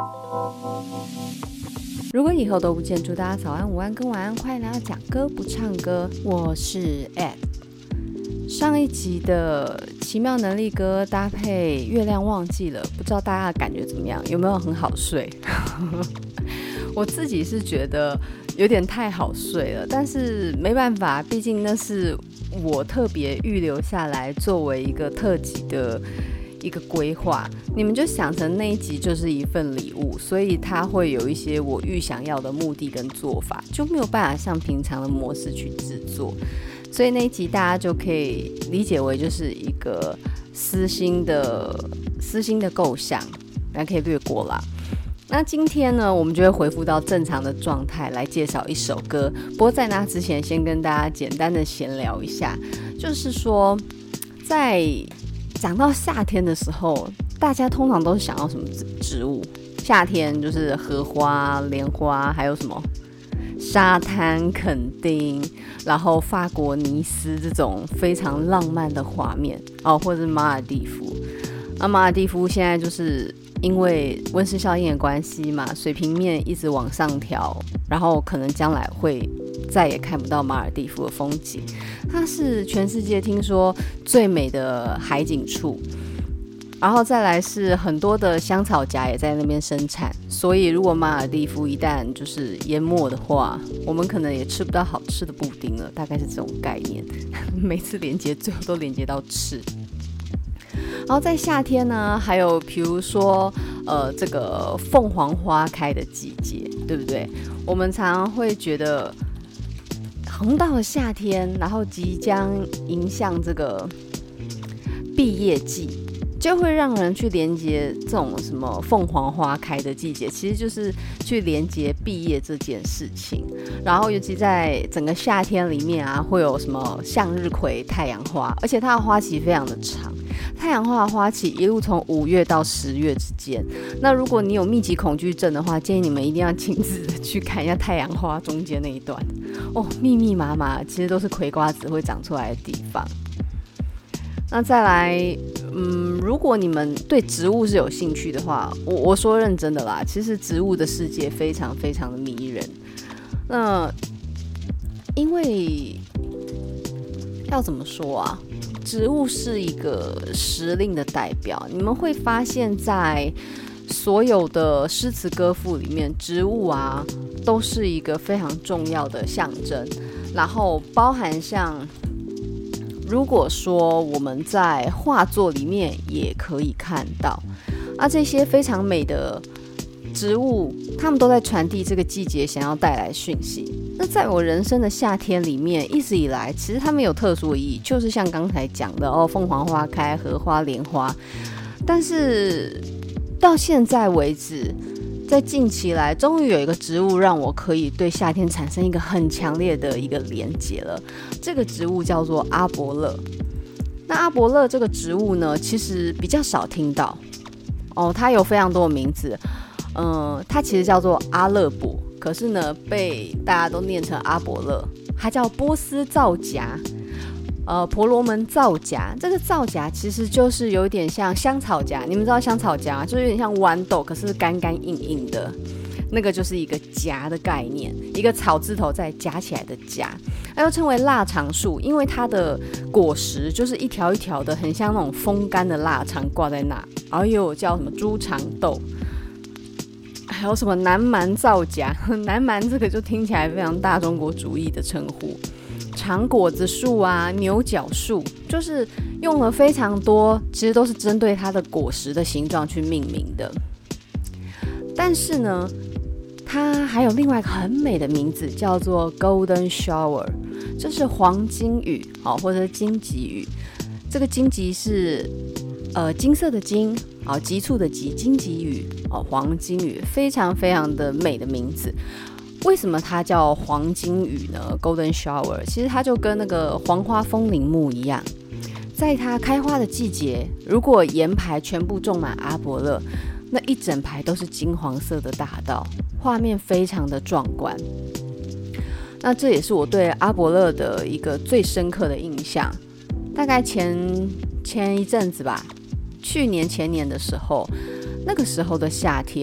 如果以后都不见，祝大家早安、午安跟晚安，欢迎来到讲歌不唱歌，我是 Ed。上一集的奇妙能力歌搭配月亮忘记了，不知道大家的感觉怎么样？有没有很好睡？我自己是觉得有点太好睡了，但是没办法，毕竟那是我特别预留下来作为一个特辑的一个规划，你们就想成那一集就是一份礼物，所以它会有一些我预想要的目的跟做法，就没有办法像平常的模式去制作，所以那一集大家就可以理解为就是一个私心的构想，大家可以略过啦。那今天呢，我们就会恢复到正常的状态来介绍一首歌。不过在那之前，先跟大家简单的闲聊一下，就是说，在讲到夏天的时候，大家通常都是想要什么植物？夏天就是荷花、莲花，还有什么沙滩、垦丁，然后法国尼斯这种非常浪漫的画面哦，或者是马尔地夫。那马尔地夫现在就是因为温室效应的关系嘛，水平面一直往上调，然后可能将来会再也看不到马尔地夫的风景。它是全世界听说最美的海景处，然后再来是很多的香草荚也在那边生产，所以如果马尔地夫一旦就是淹没的话，我们可能也吃不到好吃的布丁了，大概是这种概念。每次连接最后都连接到吃。然后在夏天呢，还有比如说这个凤凰花开的季节，对不对？我们常常会觉得红到了夏天，然后即将迎向这个毕业季，就会让人去连接这种什么凤凰花开的季节，其实就是去连接毕业这件事情。然后尤其在整个夏天里面啊，会有什么向日葵、太阳花，而且它的花期非常的长。太阳花的花期一路从5月到10月之间。那如果你有密集恐惧症的话，建议你们一定要亲自的去看一下太阳花中间那一段哦，密密麻麻，其实都是葵瓜子会长出来的地方。那再来，如果你们对植物是有兴趣的话，我说认真的啦，其实植物的世界非常非常的迷人。那因为要怎么说啊？植物是一个时令的代表，你们会发现在所有的诗词歌赋里面，植物啊都是一个非常重要的象征，然后包含像如果说我们在画作里面也可以看到，这些非常美的植物，它们都在传递这个季节想要带来讯息。那在我人生的夏天里面，一直以来其实它们有特殊的意义，就是像刚才讲的哦，凤凰花开、荷花、莲花。但是到现在为止，在近期来，终于有一个植物让我可以对夏天产生一个很强烈的一个连结了。这个植物叫做阿伯勒。那阿伯勒这个植物呢，其实比较少听到哦，它有非常多的名字。它其实叫做阿勒伯，可是呢，被大家都念成阿伯勒。它叫波斯皂荚，婆罗门皂荚。这个皂荚其实就是有点像香草荚，你们知道香草荚就是有点像豌豆，可是干干硬硬的，那个就是一个荚的概念，一个草字头再夹起来的荚。它又称为腊肠树，因为它的果实就是一条一条的，很像那种风干的腊肠挂在那。然后又有叫什么猪肠豆。还有什么南蛮皂荚？南蛮这个就听起来非常大中国主义的称呼。长果子树啊，牛角树，就是用了非常多，其实都是针对它的果实的形状去命名的。但是呢，它还有另外一个很美的名字，叫做 Golden Shower， 这是黄金雨，或者是荆棘雨。这个荆棘是金色的金，急促的急，荆棘雨，黄金雨，非常非常的美的名字。为什么它叫黄金雨呢 ？Golden Shower， 其实它就跟那个黄花风铃木一样，在它开花的季节，如果沿排全部种满阿伯勒，那一整排都是金黄色的大道，画面非常的壮观。那这也是我对阿伯勒的一个最深刻的印象。大概前一阵子吧，去年前年的时候，那个时候的夏天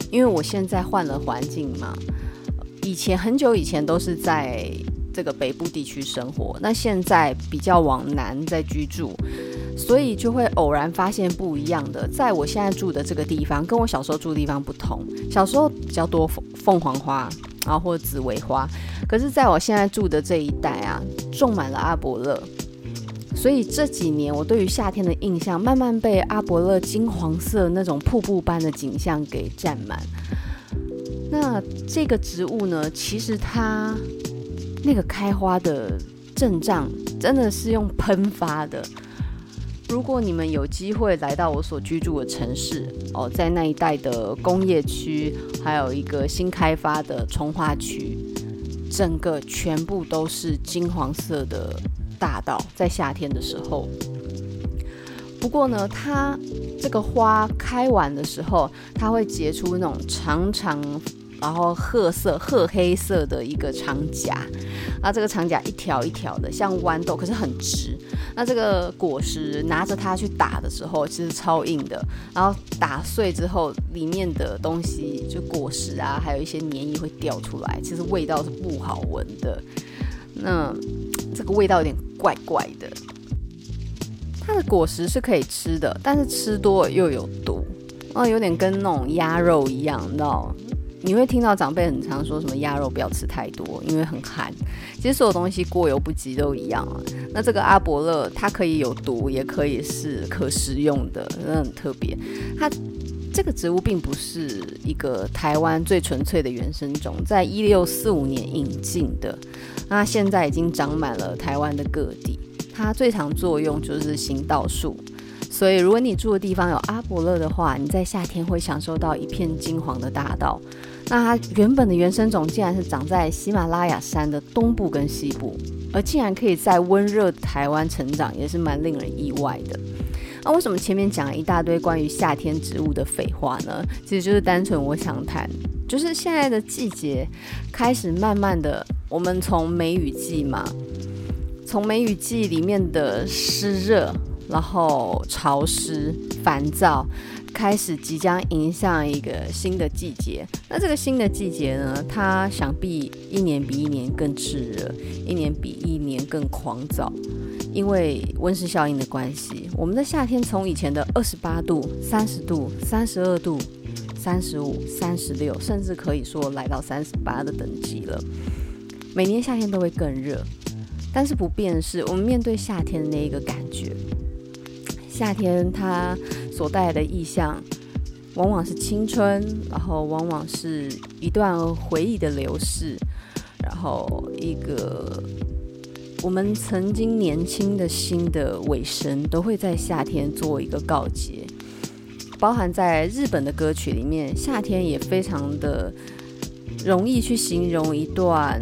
因为我现在换了环境嘛，很久以前都是在这个北部地区生活，那现在比较往南在居住，所以就会偶然发现不一样的。在我现在住的这个地方，跟我小时候住的地方不同。小时候比较多凤凰花，然后或者紫薇花，可是在我现在住的这一带啊，种满了阿伯勒。所以这几年我对于夏天的印象，慢慢被阿伯勒金黄色那种瀑布般的景象给占满。那这个植物呢，其实它那个开花的阵仗真的是用喷发的。如果你们有机会来到我所居住的城市在那一带的工业区，还有一个新开发的重划区，整个全部都是金黄色的大道，在夏天的时候。不过呢，它这个花开完的时候，它会结出那种长长然后褐黑色的一个长甲，那这个长甲一条一条的像豌豆，可是很直。那这个果实拿着它去打的时候，其实超硬的，然后打碎之后，里面的东西就果实啊，还有一些黏液会掉出来，其实味道是不好闻的。那这个味道有点怪怪的。它的果实是可以吃的，但是吃多了又有毒，有点跟那种鸭肉一样，你知道？你会听到长辈很常说什么鸭肉不要吃太多，因为很寒。其实所有东西过犹不及都一样啊。那这个阿伯勒它可以有毒，也可以是可食用的，真的很特别。它这个植物并不是一个台湾最纯粹的原生种，在1645年引进的，那现在已经长满了台湾的各地。它最常作用就是行道树。所以如果你住的地方有阿伯勒的话，你在夏天会享受到一片金黄的大道。那它原本的原生种竟然是长在喜马拉雅山的东部跟西部，而竟然可以在温热的台湾成长，也是蛮令人意外的。那为什么前面讲了一大堆关于夏天植物的废话呢？其实就是单纯我想谈，就是现在的季节开始慢慢的，我们从梅雨季嘛，从梅雨季里面的湿热，然后潮湿、烦躁，开始即将迎向一个新的季节。那这个新的季节呢，它想必一年比一年更炽热，一年比一年更狂躁。因为温室效应的关系，我们的夏天从以前的28度、30度、32度、35、36，甚至可以说来到38的等级了。每年夏天都会更热，但是不变的是我们面对夏天的那一个感觉。夏天它所带来的意象往往是青春，然后往往是一段回忆的流逝，然后一个我们曾经年轻的心的尾声，都会在夏天做一个告捷。包含在日本的歌曲里面，夏天也非常的容易去形容一段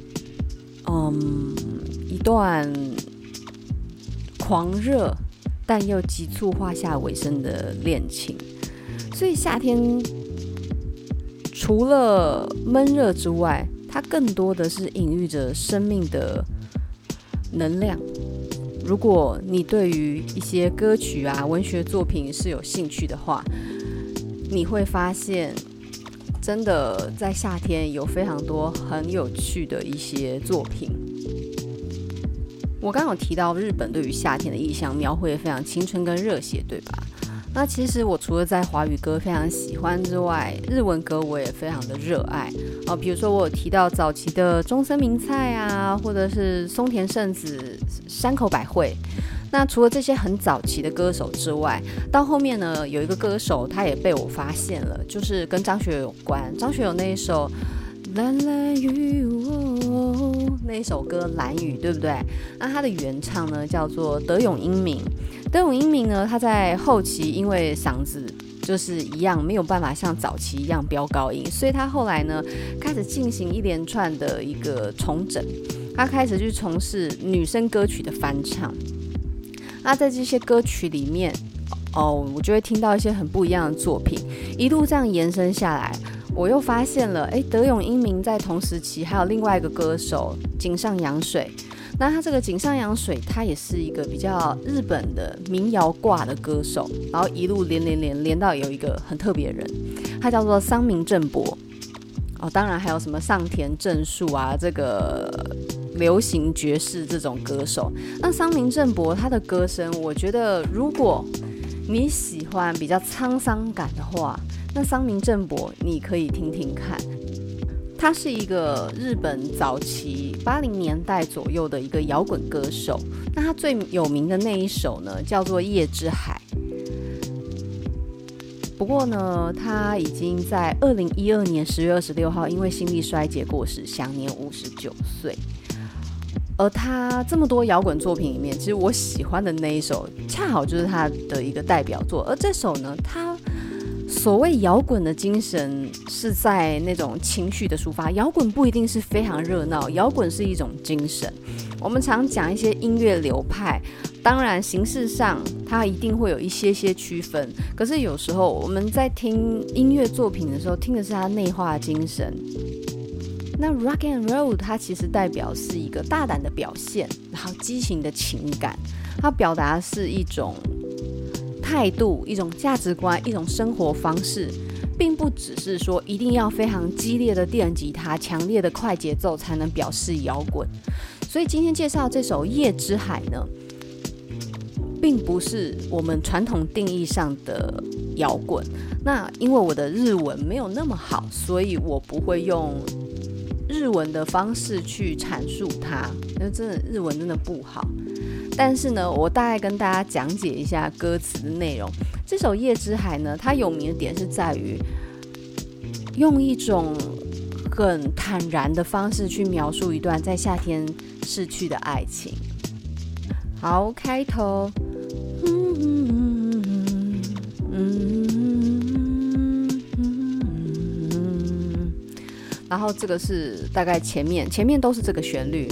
狂热但又急促画下尾声的恋情。所以夏天除了闷热之外，它更多的是隐喻着生命的能量。如果你对于一些歌曲啊、文学作品是有兴趣的话，你会发现真的在夏天有非常多很有趣的一些作品。我刚刚有提到日本对于夏天的意象描绘非常青春跟热血，对吧？那其实我除了在华语歌非常喜欢之外，日文歌我也非常的热爱比如说我有提到早期的中森明菜啊，或者是松田圣子、山口百惠。那除了这些很早期的歌手之外，到后面呢，有一个歌手他也被我发现了，就是跟张学友有关。张学友那一首蓝蓝雨那一首歌蓝雨，对不对？那他的原唱呢叫做德永英明。德永英明呢，他在后期因为嗓子就是一样没有办法像早期一样飙高音，所以他后来呢开始进行一连串的一个重整，他开始去从事女生歌曲的翻唱。那在这些歌曲里面我就会听到一些很不一样的作品，一路这样延伸下来，我又发现了德永英明在同时期还有另外一个歌手井上洋水。那他这个井上洋水，他也是一个比较日本的民谣挂的歌手，然后一路连到有一个很特别的人， 他叫做桑明正博。当然还有什么上田正树啊，这个流行爵士这种歌手。那桑明正博他的歌声，我觉得如果你喜欢比较沧桑感的话，那桑明正博你可以听听看。他是一个日本早期80年代左右的一个摇滚歌手。那他最有名的那一首呢，叫做《夜之海》。不过呢，他已经在2012年10月26号因为心力衰竭过世，享年59岁。而他这么多摇滚作品里面，其实我喜欢的那一首，恰好就是他的一个代表作。而这首呢，他所谓摇滚的精神是在那种情绪的抒发。摇滚不一定是非常热闹，摇滚是一种精神。我们常讲一些音乐流派，当然形式上它一定会有一些区分，可是有时候我们在听音乐作品的时候，听的是它内化的精神。那 rock and roll 它其实代表是一个大胆的表现，然后激情的情感，它表达是一种态度、一种价值观、一种生活方式，并不只是说一定要非常激烈的电吉他、强烈的快节奏才能表示摇滚。所以今天介绍这首《夜之海》呢，并不是我们传统定义上的摇滚。那因为我的日文没有那么好，所以我不会用日文的方式去阐述它，因为真的日文真的不好。但是呢，我大概跟大家讲解一下歌词的内容。这首《夜之海》呢，它有名的点是在于用一种很坦然的方式去描述一段在夏天逝去的爱情。好，开头，然后这个是大概前面都是这个旋律。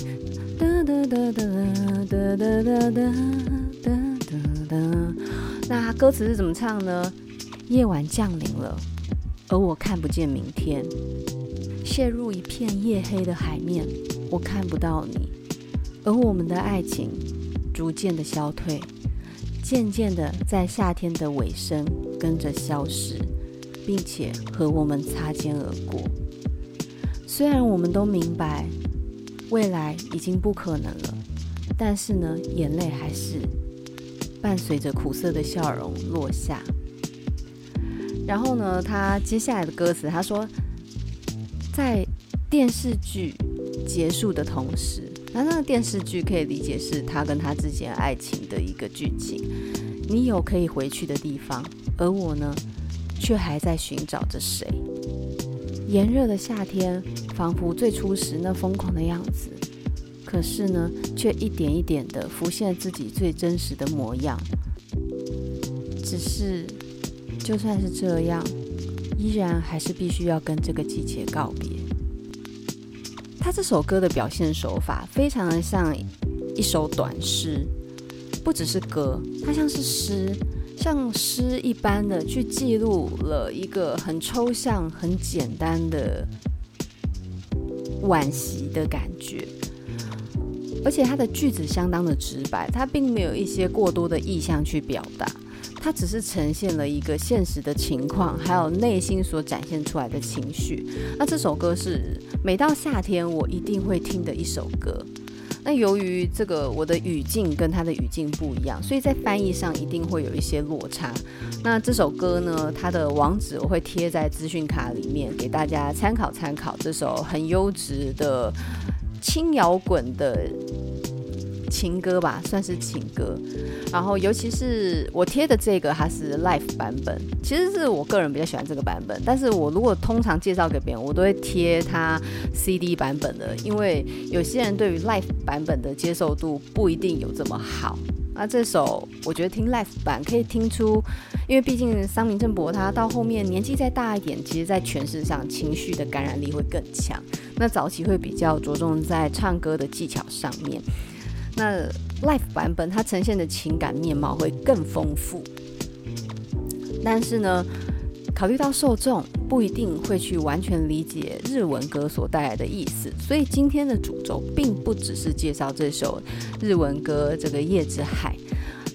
那歌词是怎么唱呢？夜晚降临了，而我看不见明天，陷入一片夜黑的海面，我看不到你，而我们的爱情逐渐的消退，渐渐的在夏天的尾声跟着消失，并且和我们擦肩而过。虽然我们都明白未来已经不可能了，但是呢，眼泪还是伴随着苦涩的笑容落下。然后呢，他接下来的歌词他说，在电视剧结束的同时，那个电视剧可以理解是他跟他之间爱情的一个剧情。你有可以回去的地方，而我呢，却还在寻找着谁。炎热的夏天仿佛最初时那疯狂的样子，可是呢，却一点一点的浮现自己最真实的模样。只是就算是这样，依然还是必须要跟这个季节告别。他这首歌的表现手法非常的像一首短诗，不只是歌，它像是诗，像诗一般的去记录了一个很抽象、很简单的惋惜的感觉。而且它的句子相当的直白，它并没有一些过多的意象去表达，它只是呈现了一个现实的情况，还有内心所展现出来的情绪。那这首歌是每到夏天我一定会听的一首歌。那由于这个我的语境跟他的语境不一样，所以在翻译上一定会有一些落差。那这首歌呢，它的网址我会贴在资讯卡里面，给大家参考参考。这首很优质的轻摇滚的情歌吧，算是情歌。然后尤其是我贴的这个，它是 live 版本，其实是我个人比较喜欢这个版本。但是我如果通常介绍给别人，我都会贴它 CD 版本的，因为有些人对于 live 版本的接受度不一定有这么好。那这首我觉得听 live 版可以听出，因为毕竟桑明正博他到后面年纪再大一点，其实在诠释上情绪的感染力会更强。那早期会比较着重在唱歌的技巧上面，那 live 版本它呈现的情感面貌会更丰富。但是呢，考虑到受众不一定会去完全理解日文歌所带来的意思，所以今天的主轴并不只是介绍这首日文歌这个夜之海。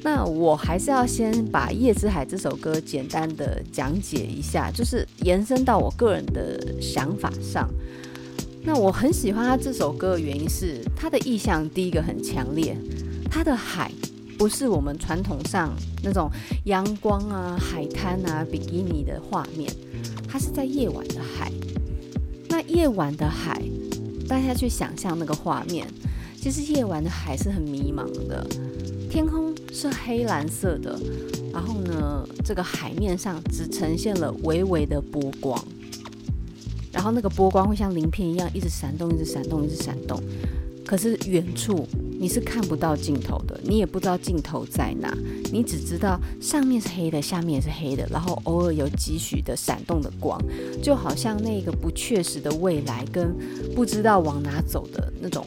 那我还是要先把《夜之海》这首歌简单的讲解一下，就是延伸到我个人的想法上。那我很喜欢他这首歌的原因是，他的意象第一个很强烈，他的海不是我们传统上那种阳光啊、海滩啊、比基尼的画面，它是在夜晚的海。那夜晚的海，大家去想象那个画面，其实夜晚的海是很迷茫的，天空是黑蓝色的，然后呢，这个海面上只呈现了微微的波光。然后那个波光会像鳞片一样一直闪动，一直闪动，一直闪动。可是远处你是看不到尽头的，你也不知道尽头在哪，你只知道上面是黑的，下面也是黑的，然后偶尔有几许的闪动的光，就好像那个不确实的未来跟不知道往哪走的那种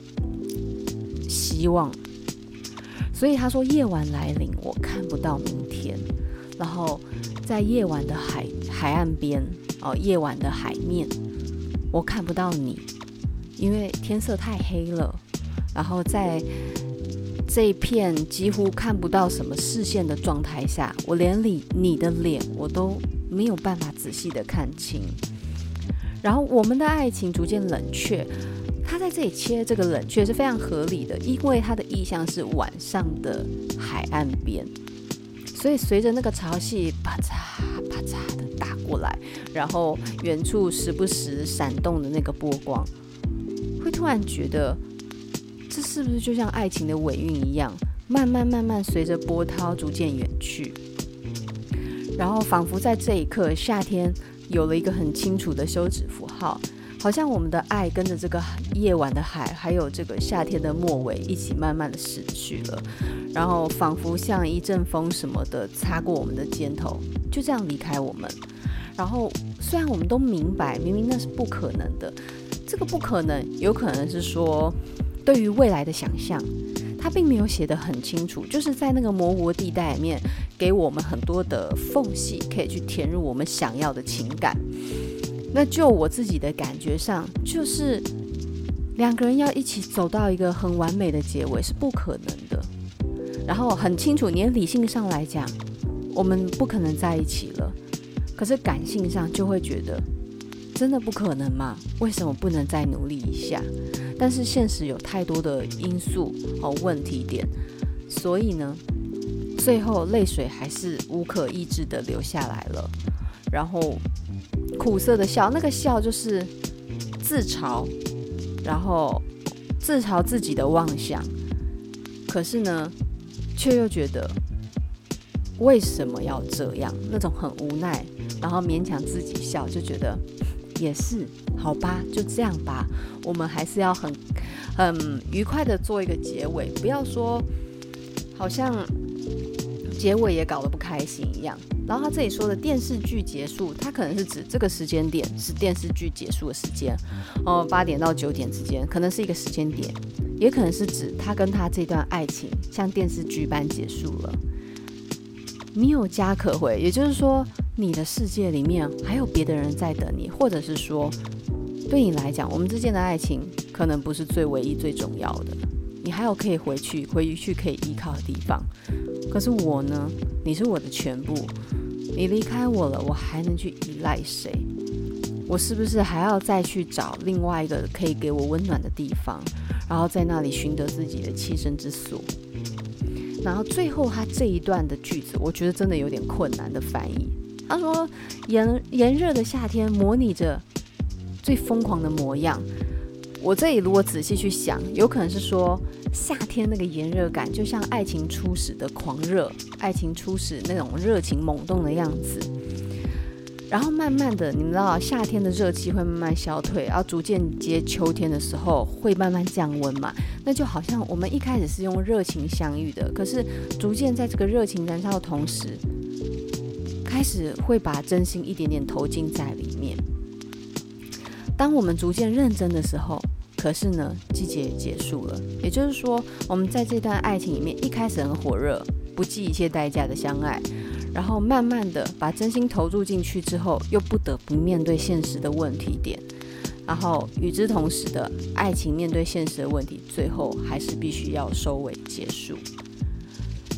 希望。所以他说夜晚来临，我看不到明天。然后在夜晚的海岸边夜晚的海面，我看不到你，因为天色太黑了。然后在这一片几乎看不到什么视线的状态下，我连你的脸我都没有办法仔细的看清。然后我们的爱情逐渐冷却，他在这里切这个冷却是非常合理的，因为他的意象是晚上的海岸边，所以随着那个潮汐啪嚓啪嚓的打过来，然后远处时不时闪动的那个波光，会突然觉得这是不是就像爱情的尾韵一样，慢慢随着波涛逐渐远去。然后仿佛在这一刻，夏天有了一个很清楚的休止符号，好像我们的爱跟着这个夜晚的海，还有这个夏天的末尾一起慢慢的逝去了。然后仿佛像一阵风什么的擦过我们的肩头，就这样离开我们。然后虽然我们都明白明明那是不可能的，这个不可能有可能是说对于未来的想象，他并没有写得很清楚，就是在那个模糊地带里面给我们很多的缝隙可以去填入我们想要的情感。那就我自己的感觉上，就是两个人要一起走到一个很完美的结尾是不可能的。然后很清楚，连理性上来讲我们不可能在一起了，可是感性上就会觉得真的不可能吗？为什么不能再努力一下？但是现实有太多的因素问题点，所以呢最后泪水还是无可抑制的流下来了。然后苦涩的笑，那个笑就是自嘲，然后自嘲自己的妄想，可是呢却又觉得为什么要这样，那种很无奈，然后勉强自己笑，就觉得也是好吧，就这样吧，我们还是要很愉快的做一个结尾，不要说好像结尾也搞得不开心一样。然后他这里说的电视剧结束，他可能是指这个时间点是电视剧结束的时间，8点到9点之间，可能是一个时间点，也可能是指他跟他这段爱情像电视剧般结束了，你有家可回，也就是说你的世界里面还有别的人在等你，或者是说对你来讲我们之间的爱情可能不是最唯一最重要的，你还有可以回去可以依靠的地方。可是我呢，你是我的全部，你离开我了，我还能去依赖谁？我是不是还要再去找另外一个可以给我温暖的地方，然后在那里寻得自己的栖身之所？然后最后他这一段的句子我觉得真的有点困难的翻译。他说炎热的夏天模拟着最疯狂的模样。我这里如果仔细去想，有可能是说夏天那个炎热感就像爱情初始的狂热，爱情初始那种热情猛动的样子，然后慢慢的你们知道夏天的热气会慢慢消退，然后逐渐接秋天的时候会慢慢降温嘛，那就好像我们一开始是用热情相遇的，可是逐渐在这个热情燃烧的同时，开始会把真心一点点投进在里面。当我们逐渐认真的时候，可是呢季节也结束了，也就是说我们在这段爱情里面一开始很火热，不计一切代价的相爱，然后慢慢的把真心投入进去之后，又不得不面对现实的问题点，然后与之同时的爱情面对现实的问题，最后还是必须要收尾结束。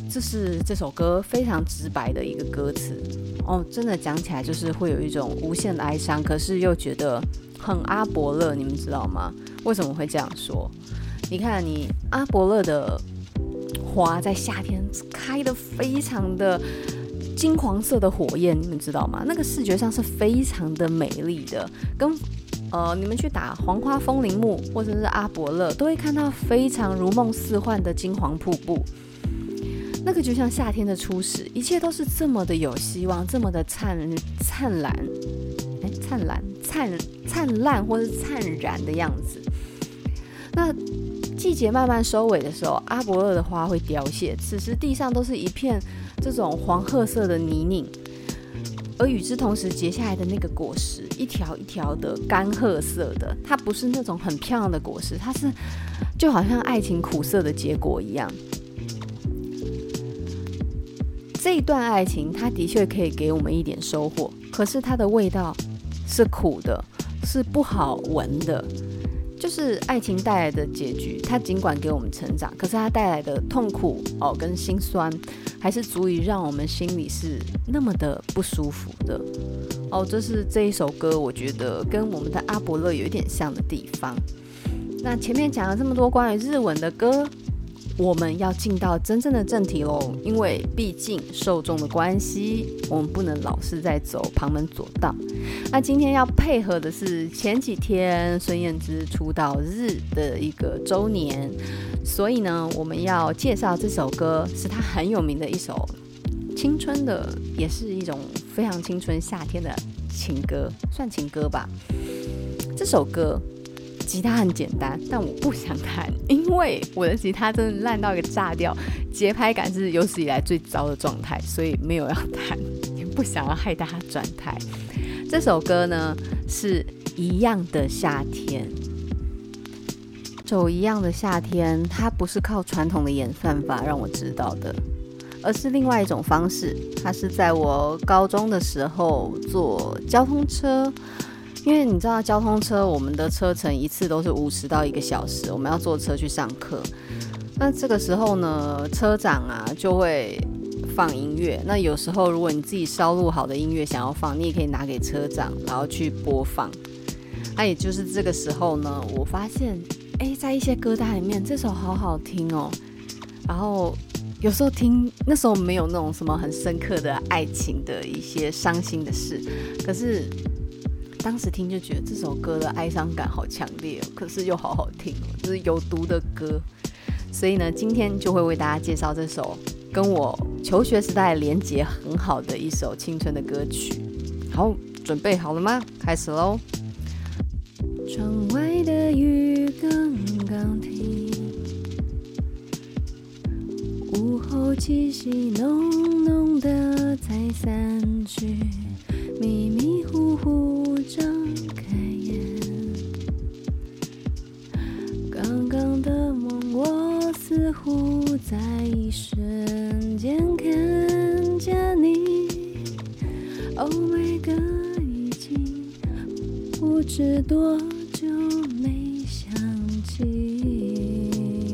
这是这首歌非常直白的一个歌词哦，真的讲起来就是会有一种无限的哀伤，可是又觉得很阿伯勒，你们知道吗？为什么会这样说？你看，你阿伯勒的花在夏天开得非常的金黄色的火焰，你们知道吗？那个视觉上是非常的美丽的，跟你们去打黄花风铃木或者是阿伯勒，都会看到非常如梦似幻的金黄瀑布。那个就像夏天的初始，一切都是这么的有希望，这么的灿烂或是灿然的样子。那季节慢慢收尾的时候，阿伯勒的花会凋谢，此时地上都是一片这种黄褐色的泥泞，而与之同时结下来的那个果实，一条一条的干褐色的，它不是那种很漂亮的果实，它是就好像爱情苦涩的结果一样。这一段爱情，它的确可以给我们一点收获，可是它的味道是苦的，是不好闻的。就是爱情带来的结局，它尽管给我们成长，可是它带来的痛苦跟心酸，还是足以让我们心里是那么的不舒服的这是这一首歌，我觉得跟我们的阿伯勒有一点像的地方。那前面讲了这么多关于日文的歌，我们要进到真正的正题咯，因为毕竟受众的关系，我们不能老是在走旁门左道。那今天要配合的是前几天孙燕姿出道日的一个周年，所以呢，我们要介绍这首歌是她很有名的一首青春的，也是一种非常青春夏天的情歌，算情歌吧。这首歌吉他很简单，但我不想弹，因为我的吉他真的烂到一个炸掉，节拍感是有史以来最糟的状态，所以没有要弹，也不想要害大家转台。这首歌呢是一样的夏天，走一样的夏天，它不是靠传统的演算法让我知道的，而是另外一种方式。它是在我高中的时候坐交通车，因为你知道交通车我们的车程一次都是50到1个小时，我们要坐车去上课。那这个时候呢，车长就会放音乐，那有时候如果你自己烧录好的音乐想要放，你也可以拿给车长然后去播放。那也就是这个时候呢，我发现在一些歌单里面这首好好听哦，然后有时候听，那时候没有那种什么很深刻的爱情的一些伤心的事，可是当时听就觉得这首歌的哀伤感好强烈可是又好好听就是有毒的歌。所以呢，今天就会为大家介绍这首跟我求学时代连结很好的一首青春的歌曲。好，准备好了吗？开始咯。窗外的雨刚刚停，午后气息浓浓的才散去，迷迷糊糊张开眼，刚刚的梦我似乎在一瞬间看见你。Oh my god， 已经不知多久没想起。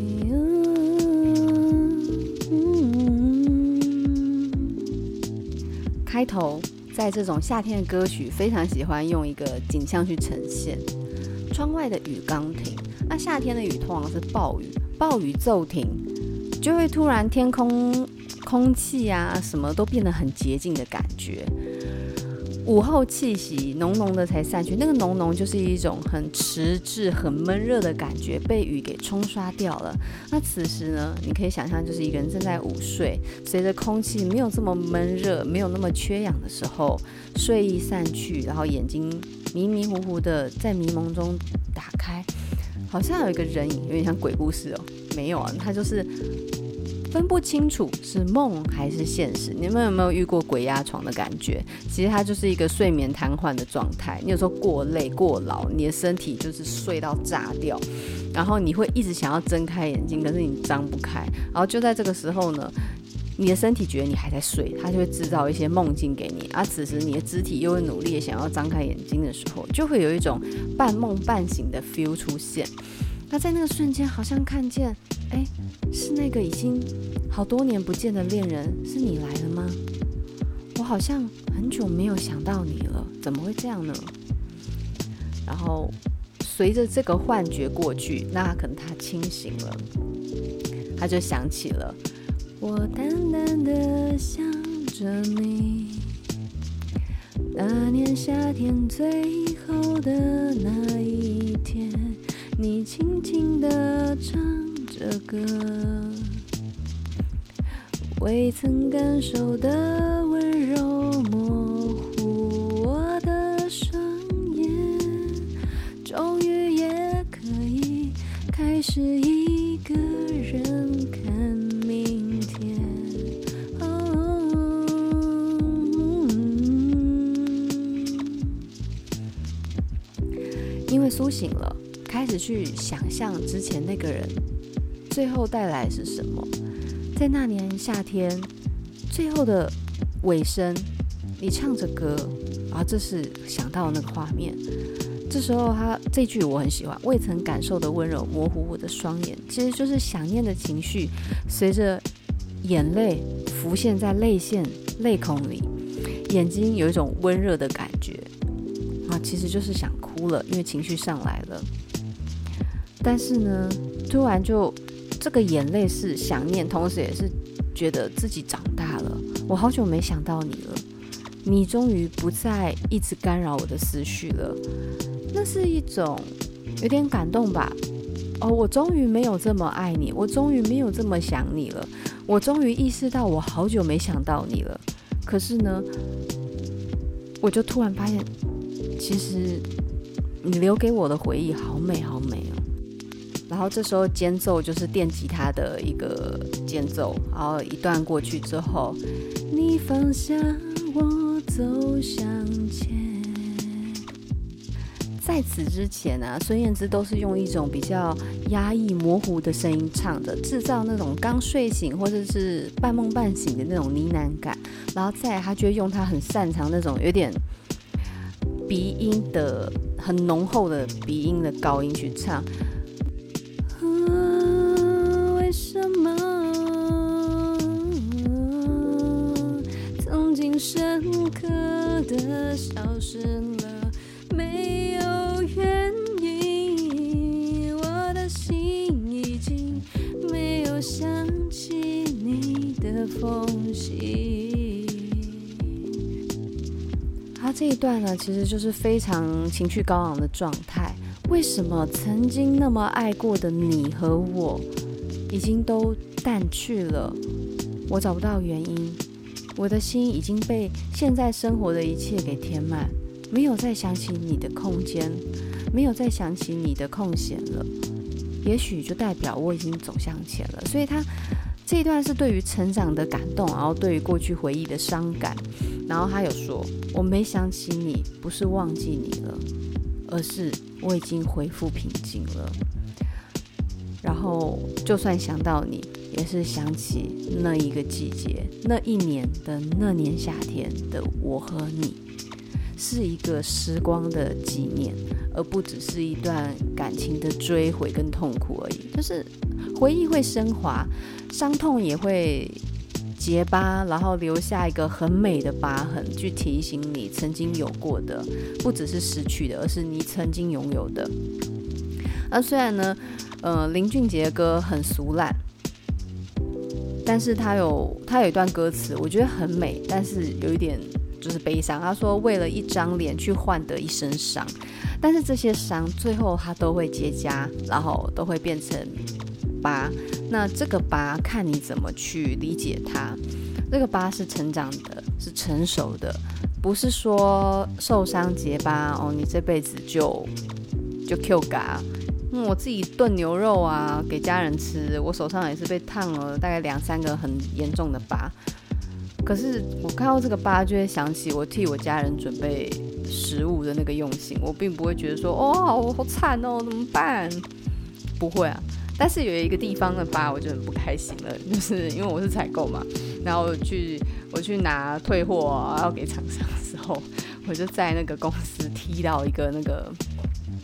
开头在这种夏天的歌曲非常喜欢用一个景象去呈现，窗外的雨刚停，那夏天的雨通常是暴雨，暴雨骤停就会突然天空气什么都变得很洁净的感觉，午后气息浓浓的才散去，那个浓浓就是一种很迟滞很闷热的感觉被雨给冲刷掉了。那此时呢，你可以想象就是一个人正在午睡，随着空气没有这么闷热没有那么缺氧的时候，睡意散去，然后眼睛迷迷糊糊的在迷蒙中打开，好像有一个人影，有点像鬼故事没有它就是分不清楚是梦还是现实。你们有没有遇过鬼压床的感觉？其实它就是一个睡眠瘫痪的状态，你有时候过累过劳，你的身体就是睡到炸掉，然后你会一直想要睁开眼睛，可是你张不开，然后就在这个时候呢，你的身体觉得你还在睡，它就会制造一些梦境给你，此时你的肢体又会努力想要张开眼睛的时候，就会有一种半梦半醒的 feel 出现。那在那个瞬间好像看见是那个已经好多年不见的恋人，是你来了吗？我好像很久没有想到你了，怎么会这样呢？然后随着这个幻觉过去，那可能他清醒了，他就想起了，我淡淡的想着你，那年夏天最后的那一天，你轻轻地唱着歌，未曾感受的温柔模糊我的双眼，终于也可以开始一个人看明天。因为苏醒了，开始去想象之前那个人最后带来是什么。在那年夏天最后的尾声，你唱着歌，然后这是想到那个画面。这时候他这句我很喜欢，未曾感受的温柔模糊我的双眼，其实就是想念的情绪随着眼泪浮现在泪孔里，眼睛有一种温热的感觉啊，其实就是想哭了，因为情绪上来了。但是呢，突然就这个眼泪是想念，同时也是觉得自己长大了，我好久没想到你了，你终于不再一直干扰我的思绪了。那是一种有点感动吧。我终于没有这么爱你，我终于没有这么想你了，我终于意识到我好久没想到你了。可是呢，我就突然发现，其实你留给我的回忆好美好美哦。然后这时候间奏就是电吉他的一个间奏，然后一段过去之后，你放下我走向前。在此之前啊，孙燕姿都是用一种比较压抑模糊的声音唱的，制造那种刚睡醒或者是半梦半醒的那种呢喃感，然后再来他就会用他很擅长那种有点鼻音的很浓厚的鼻音的高音去唱。为什么曾经深刻的消失了，没有原因，我的心已经没有想起你的缝隙。他这一段呢，其实就是非常情绪高昂的状态。为什么曾经那么爱过的你和我，已经都淡去了？我找不到原因，我的心已经被现在生活的一切给填满，没有再想起你的空间，没有再想起你的空闲了。也许就代表我已经走向前了。所以他这一段是对于成长的感动，然后对于过去回忆的伤感。然后他有说，我没想起你，不是忘记你了，而是我已经恢复平静了。然后就算想到你，也是想起那一个季节，那一年的那年夏天的我和你，是一个时光的纪念，而不只是一段感情的追悔跟痛苦而已。就是回忆会升华，伤痛也会结疤，然后留下一个很美的疤痕，去提醒你曾经有过的，不只是失去的，而是你曾经拥有的。虽然呢，林俊杰的歌很俗烂，但是他有一段歌词，我觉得很美，但是有一点就是悲伤。他说，为了一张脸去换得一身伤，但是这些伤最后他都会结痂，然后都会变成疤。那这个疤看你怎么去理解它。这个疤是成长的，是成熟的，不是说受伤结疤你这辈子就 Q 嘎。我自己炖牛肉啊，给家人吃，我手上也是被烫了大概2-3个很严重的疤。可是我看到这个疤，就会想起我替我家人准备食物的那个用心，我并不会觉得说好惨哦，怎么办？不会啊。但是有一个地方的疤我就很不开心了，就是因为我是采购嘛，然后我去拿退货要给厂商的时候，我就在那个公司踢到一个那个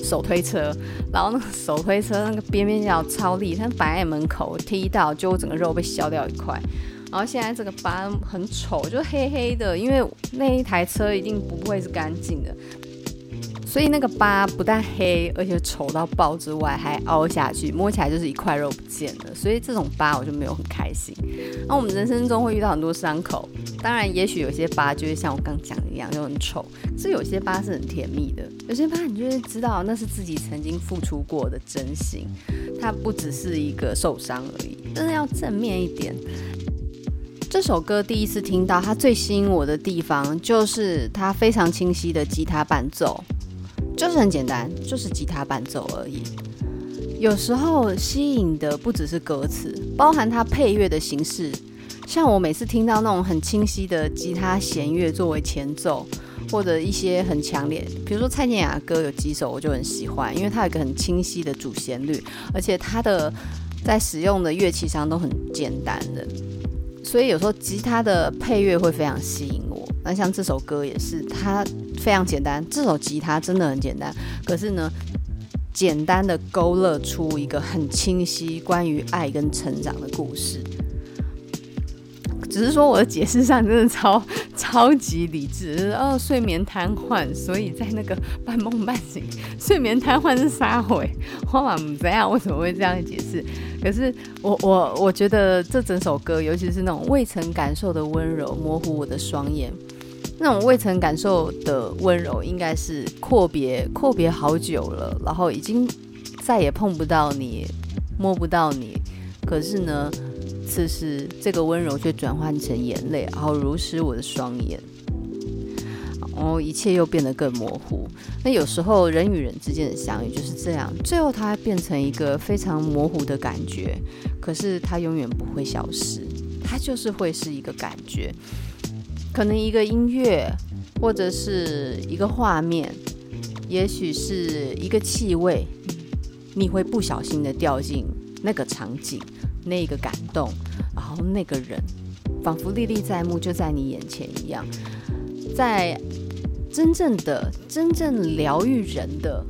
手推车，然后那个手推车那个边边角超利，它摆在门口踢到，就整个肉被削掉一块。然后现在这个疤很丑，就黑黑的，因为那一台车一定不会是干净的，所以那个疤不但黑，而且丑到爆之外，还凹下去，摸起来就是一块肉不见了。所以这种疤我就没有很开心。那我们人生中会遇到很多伤口，当然也许有些疤就会像我刚讲的一样就很丑，可是有些疤是很甜蜜的，有些疤你就会知道那是自己曾经付出过的真心，它不只是一个受伤而已，真的要正面一点。这首歌第一次听到，它最吸引我的地方就是它非常清晰的吉他伴奏，就是很简单，就是吉他伴奏而已。有时候吸引的不只是歌词，包含它配乐的形式。像我每次听到那种很清晰的吉他弦乐作为前奏，或者一些很强烈，比如说蔡健雅的歌有几首我就很喜欢，因为它有一个很清晰的主旋律，而且它的在使用的乐器上都很简单的。所以有时候吉他的配乐会非常吸引我，那像这首歌也是，它非常简单，这首吉他真的很简单，可是呢，简单的勾勒出一个很清晰关于爱跟成长的故事。只是说我的解释上真的超级理智，就是睡眠瘫痪，所以在那个半梦半醒。睡眠瘫痪是啥回？我嘛不知道为什么会这样解释。可是我觉得这整首歌，尤其是那种未曾感受的温柔，模糊我的双眼。那种未曾感受的温柔，应该是阔别好久了，然后已经再也碰不到你，摸不到你。可是呢，此时这个温柔却转换成眼泪，然后濡湿我的双眼，然后一切又变得更模糊。那有时候人与人之间的相遇就是这样，最后它变成一个非常模糊的感觉，可是它永远不会消失，它就是会是一个感觉，可能一个音乐，或者是一个画面，也许是一个气味，你会不小心的掉进那个场景，那个感动，然后那个人仿佛历历在目，就在你眼前一样。在真正疗愈人的，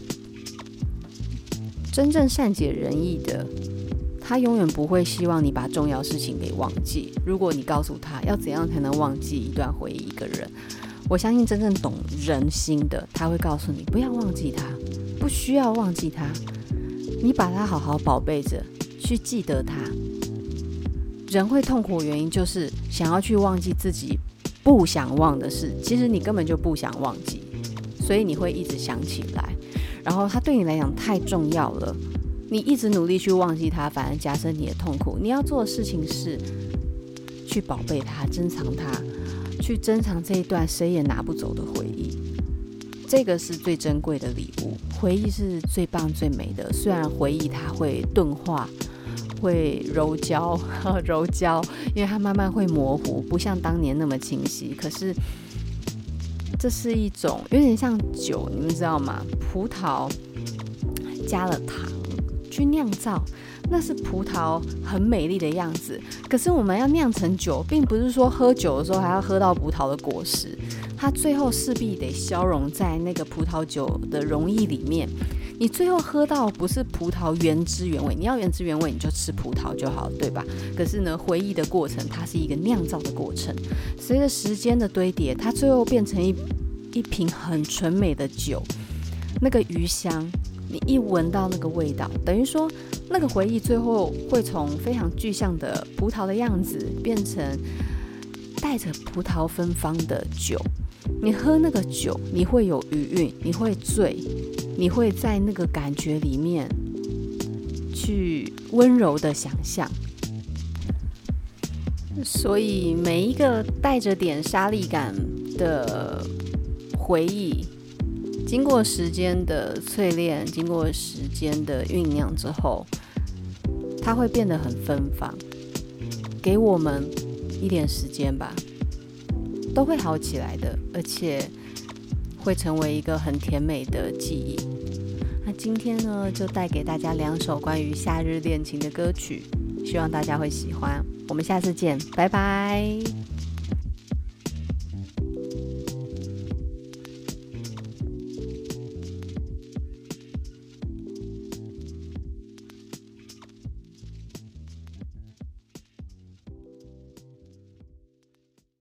真正善解人意的，他永远不会希望你把重要事情给忘记。如果你告诉他要怎样才能忘记一段回忆一个人，我相信真正懂人心的，他会告诉你不要忘记他，不需要忘记他，你把他好好宝贝着，去记得他。人会痛苦的原因就是想要去忘记自己不想忘的事，其实你根本就不想忘记，所以你会一直想起来，然后它对你来讲太重要了，你一直努力去忘记它，反而加深你的痛苦。你要做的事情是去宝贝它，珍藏它，去珍藏这一段谁也拿不走的回忆。这个是最珍贵的礼物，回忆是最棒最美的。虽然回忆它会钝化，会柔焦，因为它慢慢会模糊，不像当年那么清晰。可是这是一种有点像酒，你们知道吗？葡萄加了糖去酿造，那是葡萄很美丽的样子。可是我们要酿成酒，并不是说喝酒的时候还要喝到葡萄的果实，它最后势必得消融在那个葡萄酒的溶液里面。你最后喝到不是葡萄原汁原味，你要原汁原味你就吃葡萄就好，对吧？可是呢，回忆的过程它是一个酿造的过程，随着时间的堆叠，它最后变成一瓶很纯美的酒。那个余香，你一闻到那个味道，等于说那个回忆最后会从非常具象的葡萄的样子变成带着葡萄芬芳的酒。你喝那个酒，你会有余韵，你会醉，你会在那个感觉里面去温柔的想象。所以每一个带着点沙砾感的回忆，经过时间的淬炼，经过时间的酝酿之后，它会变得很芬芳。给我们一点时间吧，都会好起来的，而且会成为一个很甜美的记忆。那今天呢，就带给大家2首关于夏日恋情的歌曲，希望大家会喜欢。我们下次见，拜拜。